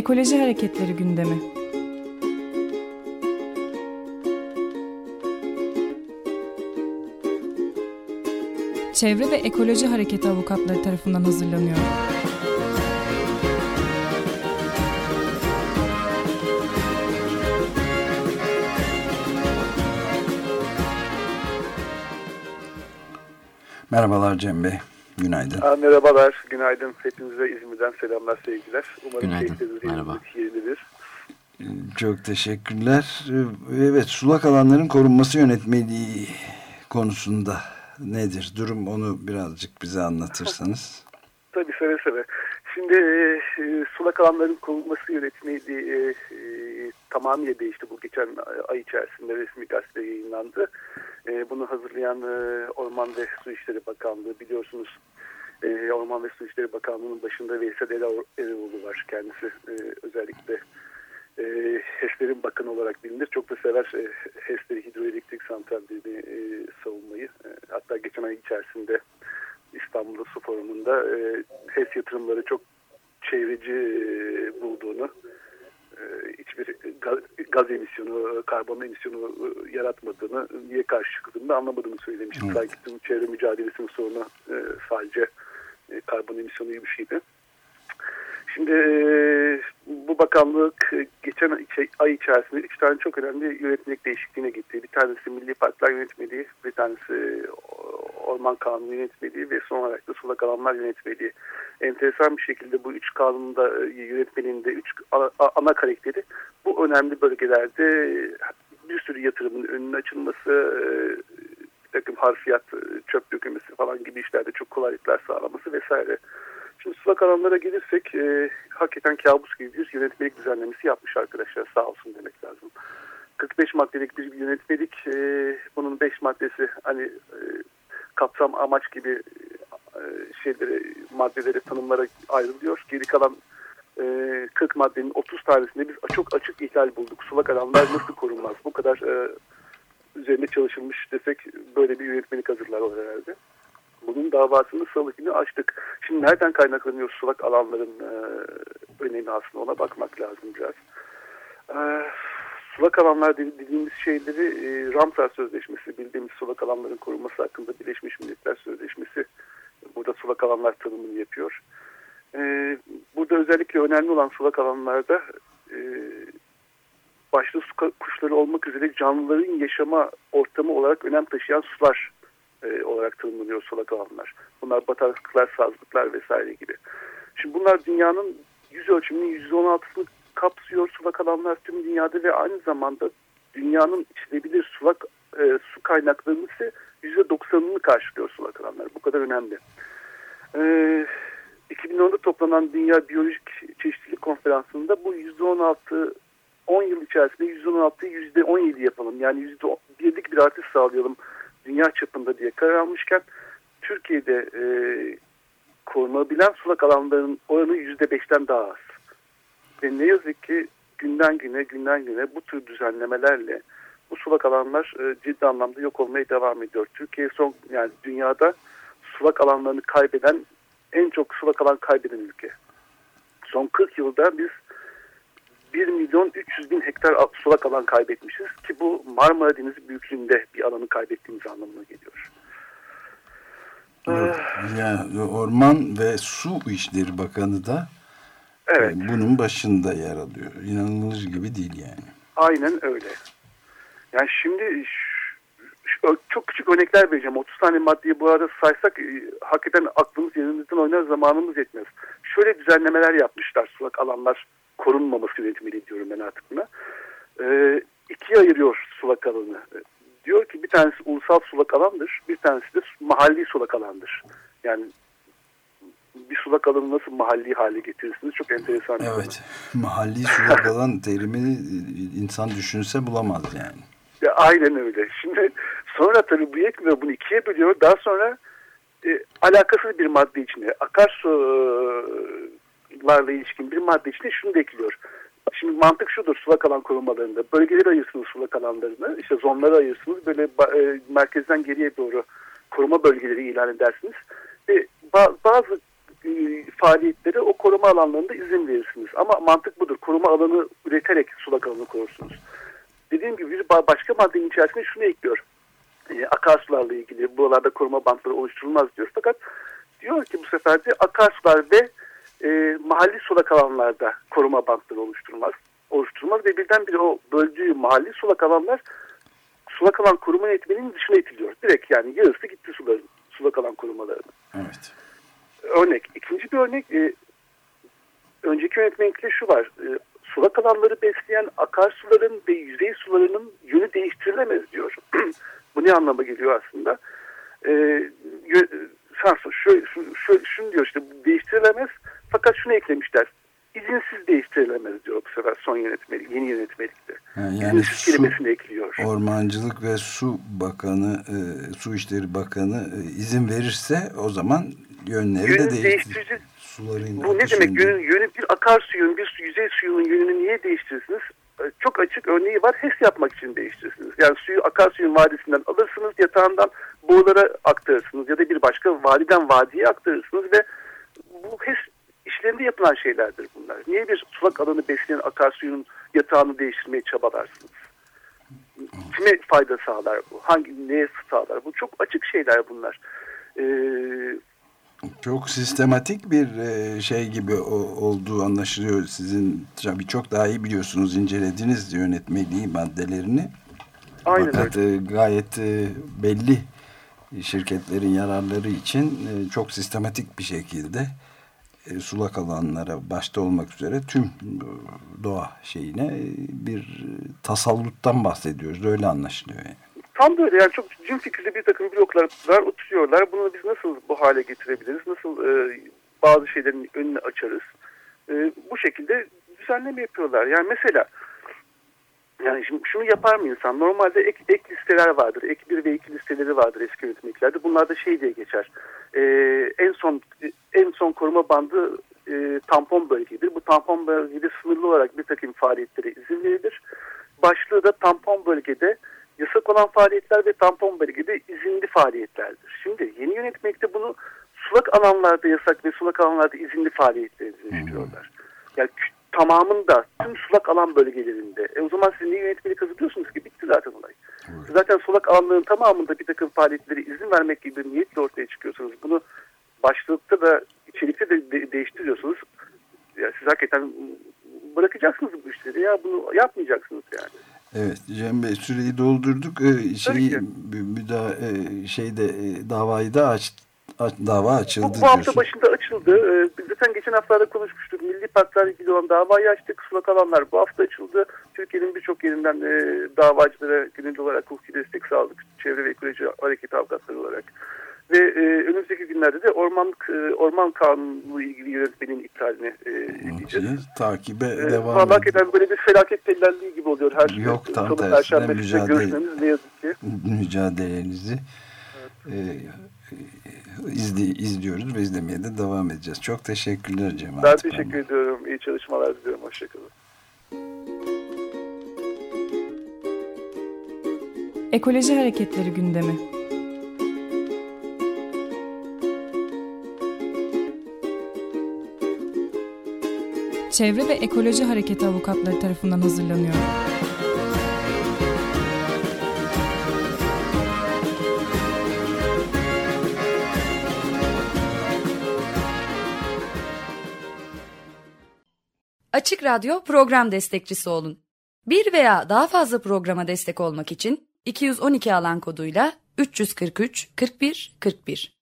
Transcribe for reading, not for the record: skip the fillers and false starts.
Ekoloji hareketleri gündemi. Çevre ve Ekoloji Hareketi avukatları tarafından hazırlanıyor. Merhabalar Cem Bey, günaydın. Merhabalar, günaydın. Hepinize İzmir'den selamlar, sevgiler. Umarım günaydın, merhaba. Yerindedir. Çok teşekkürler. Evet, sulak alanların korunması yönetmeliği konusunda nedir durum, onu birazcık bize anlatırsanız. Tabii, seve seve. Şimdi sulak alanların korunması yönetmeliği tamamıyla değişti. Bu geçen ay içerisinde resmi gazetede yayınlandı. Bunu hazırlayan Orman ve Su İşleri Bakanlığı, biliyorsunuz. Orman ve Su İşleri Bakanlığı'nın başında Veysel Eroğlu var. Kendisi özellikle HES'lerin bakanı olarak bilinir. Çok da sever HES'leri, hidroelektrik santrallerini savunmayı. Hatta geçen ay içerisinde İstanbul'da Su Forumu'nda HES yatırımları çok çevreci bulduğunu, hiçbir gaz emisyonu, karbon emisyonu yaratmadığını, niye karşı çıktığını anlamadığını söylemiştim. Evet. Sanki tüm çevre mücadelesinin sorunu sadece karbon emisyonu gibi bir şeydi. Şimdi bu bakanlık geçen ay içerisinde 3 tane çok önemli yönetmelik değişikliğine gitti. Bir tanesi Milli Parklar Yönetmeliği, bir tanesi Orman Kanunu Yönetmeliği ve son olarak da Sulak Alanlar Yönetmeliği. Enteresan bir şekilde bu 3 kanunda, yönetmeliğinde 3 ana karakteri bu önemli bölgelerde bir sürü yatırımın önünün açılması, bir takım harfiyat, çöp dökülmesi falan gibi işlerde çok kolaylıklar sağlaması vesaire. Şimdi sulak alanlara gelirsek hakikaten kabus gibi bir yönetmelik düzenlemesi yapmış arkadaşlar, sağ olsun demek lazım. 45 maddelik bir yönetmelik, bunun 5 maddesi hani kapsam amaç gibi maddeleri tanımlara ayrılıyor. Geri kalan 40 maddenin 30 tanesinde biz çok açık ihlal bulduk. Sulak alanlar nasıl korunmaz? Bu kadar üzerine çalışılmış desek böyle bir yönetmelik hazırlar herhalde. Bunun davasını salı günü açtık. Şimdi nereden kaynaklanıyor sulak alanların önemi, aslında ona bakmak lazım biraz. Sulak alanlar dediğimiz şeyleri Ramsar Sözleşmesi, bildiğimiz sulak alanların korunması hakkında Birleşmiş Milletler Sözleşmesi burada sulak alanlar tanımını yapıyor. Burada özellikle önemli olan sulak alanlarda başta su kuşları olmak üzere canlıların yaşama ortamı olarak önem taşıyan sular olarak tanımlanıyor sulak alanlar. Bunlar bataklıklar, sazlıklar vesaire gibi. Şimdi bunlar dünyanın yüz ölçümünün %16'sını kapsıyor sulak alanlar tüm dünyada ve aynı zamanda dünyanın içilebilir su kaynaklarının ise %90'ını karşılıyor sulak alanlar. Bu kadar önemli. 2010'da toplanan Dünya Biyolojik Çeşitlilik Konferansı'nda bu %16, 10 yıl içerisinde %16'yı %17 yapalım. Yani %1'lik bir artış sağlayalım dünya çapında diye karar almışken Türkiye'de korunabilen sulak alanların oranı %5'ten daha az. Ve ne yazık ki günden güne bu tür düzenlemelerle bu sulak alanlar ciddi anlamda yok olmaya devam ediyor. Türkiye yani dünyada sulak alanlarını kaybeden, en çok sulak alan kaybeden ülke. Son 40 yılda biz 1.300.000 hektar sulak alan kaybetmişiz ki bu Marmara Denizi büyüklüğünde bir alanı kaybettiğimiz anlamına geliyor. Yani Orman ve Su İşleri Bakanı da evet, bunun başında yer alıyor. İnanılır gibi değil yani. Aynen öyle. Yani şimdi çok küçük örnekler vereceğim. 30 tane maddeyi bu arada saysak hakikaten aklımız yerimizden oynar, zamanımız yetmez. Şöyle düzenlemeler yapmışlar sulak alanlar korunmaması yönetmeliği diyorum ben artık buna. İkiye ayırıyor sulak alanı. Diyor ki bir tanesi ulusal sulak alandır, bir tanesi de mahalli sulak alandır. Yani bir sulak alanı nasıl mahalli hale getirirsiniz? Çok enteresan. Evet, mahalli sulak alan terimini insan düşünse bulamaz yani. Ya, aynen öyle. Şimdi sonra tabii bu yetmiyor, bunu ikiye bölüyor. Daha sonra alakasız bir madde içine, akarsularla ilişkin bir madde içine şunu da ekliyor. Şimdi mantık şudur sulak alan korumalarında. Bölgeleri ayırsınız sulak alanlarını, işte zonları ayırsınız. Böyle merkezden geriye doğru koruma bölgeleri ilan edersiniz. Ve bazı faaliyetlere o koruma alanlarında izin verirsiniz. Ama mantık budur. Koruma alanı üreterek sulak alanı korursunuz. Dediğim gibi bir başka maddenin içerisinde şunu ekliyor. Akarsularla ilgili buralarda koruma bantları oluşturulmaz diyor. Fakat diyor ki bu sefer de akarsular ve mahalli sulak alanlarda koruma bantları oluşturulmaz ve birdenbire o böldüğü mahalli sulak alanlar sulak alan koruma yönetmeliğinin dışına itiliyor. Direkt yani yarısı gitti sulak alan korumalarının. Evet. Örnek. İkinci bir örnek önceki yönetmelikte şu var. Sulak alanları besleyen akarsuların ve yüzey sularının yönü değiştirilemez diyor. Bu ne anlama geliyor aslında? Şunu diyor işte değiştirilemez fakat şunu eklemişler. İzinsiz değiştirilemez diyor bu sefer yeni yönetmelikte. Yani İzinsiz kelimesini ekliyor. Ormancılık ve Su Bakanı, Su İşleri Bakanı izin verirse o zaman yönleri de değiştirir. Bu ne demek? Yönü bir akarsuyun, bir yüzey suyunun yönünü niye değiştirirsiniz? Çok açık örneği var. HES yapmak için değiştirirsiniz. Yani akarsuyun vadisinden alırsınız, yatağından borulara aktarırsınız ya da bir başka vadiden vadiye aktarırsınız ve bu HES işlerinde yapılan şeylerdir bunlar. Niye bir sulak alanı besleyen akarsuyun yatağını değiştirmeye çabalarsınız? Kime fayda sağlar bu? Neye sağlar? Bu çok açık şeyler bunlar. Çok sistematik bir şey gibi olduğu anlaşılıyor. Sizin tabii çok daha iyi biliyorsunuz, incelediniz yönetmeliği maddelerini. Aynen. Fakat gayet belli şirketlerin yararları için çok sistematik bir şekilde sulak alanlara başta olmak üzere tüm doğa şeyine bir tasalluttan bahsediyoruz. Öyle anlaşılıyor yani. Tam böyle yani çok cin fikirli bir takım bloklar oturuyorlar. Bunu biz nasıl bu hale getirebiliriz? Nasıl bazı şeylerin önünü açarız? Bu şekilde düzenleme yapıyorlar. Yani mesela yani şimdi şunu yapar mı insan? Normalde ek listeler vardır. Ek 1 ve 2 listeleri vardır eski yönetmeliklerde. Bunlar da şey diye geçer. En son koruma bandı tampon bölgedir. Bu tampon bölgede sınırlı olarak bir takım faaliyetlere izin verilir. Başlığı da tampon bölgede yasak olan faaliyetler ve tampon bölgede izinli faaliyetlerdir. Şimdi yeni yönetmelikte bunu sulak alanlarda yasak ve sulak alanlarda izinli faaliyetleri dönüştürüyorlar. Yani tamamında tüm sulak alan bölgelerinde. O zaman siz niye yönetmelik hazırlıyorsunuz ki? Bitti zaten olay. Zaten sulak alanların tamamında bir takım faaliyetlere izin vermek gibi bir niyetle ortaya çıkıyorsunuz. Bunu başlıkta da içerikte de değiştiriyorsunuz. Ya siz hakikaten bırakacaksınız bu işleri ya. Bunu yapmayacaksınız yani. Evet Cem Bey, süreyi doldurduk. Davayı da dava açıldı. Bu hafta başında açıldı. Zaten geçen haftalarda konuşmuştuk. Milli parklarla ilgili olan davayı açtık. Sulak alanlar bu hafta açıldı. Türkiye'nin birçok yerinden davacılara gönüllü olarak hukuki destek sağladık. Çevre ve ekoloji hareket avukatları olarak. Ve önümüzdeki günlerde de orman kanunu ilgili yönetmenin iptalini edeceğiz. Takibe devam ediyoruz. Hakikaten böyle bir felaket tellalliği gibi oluyor her şey. Yok, tam tersine mücadelenizi izliyoruz ve izlemeye de devam edeceğiz. Çok teşekkürler Cemal. Ben teşekkür ediyorum. İyi çalışmalar diliyorum. Hoşçakalın. Ekoloji hareketleri gündemi. Çevre ve Ekoloji Hareketi avukatları tarafından hazırlanıyor. Açık Radyo program destekçisi olun. Bir veya daha fazla programa destek olmak için 212 alan koduyla 343 41 41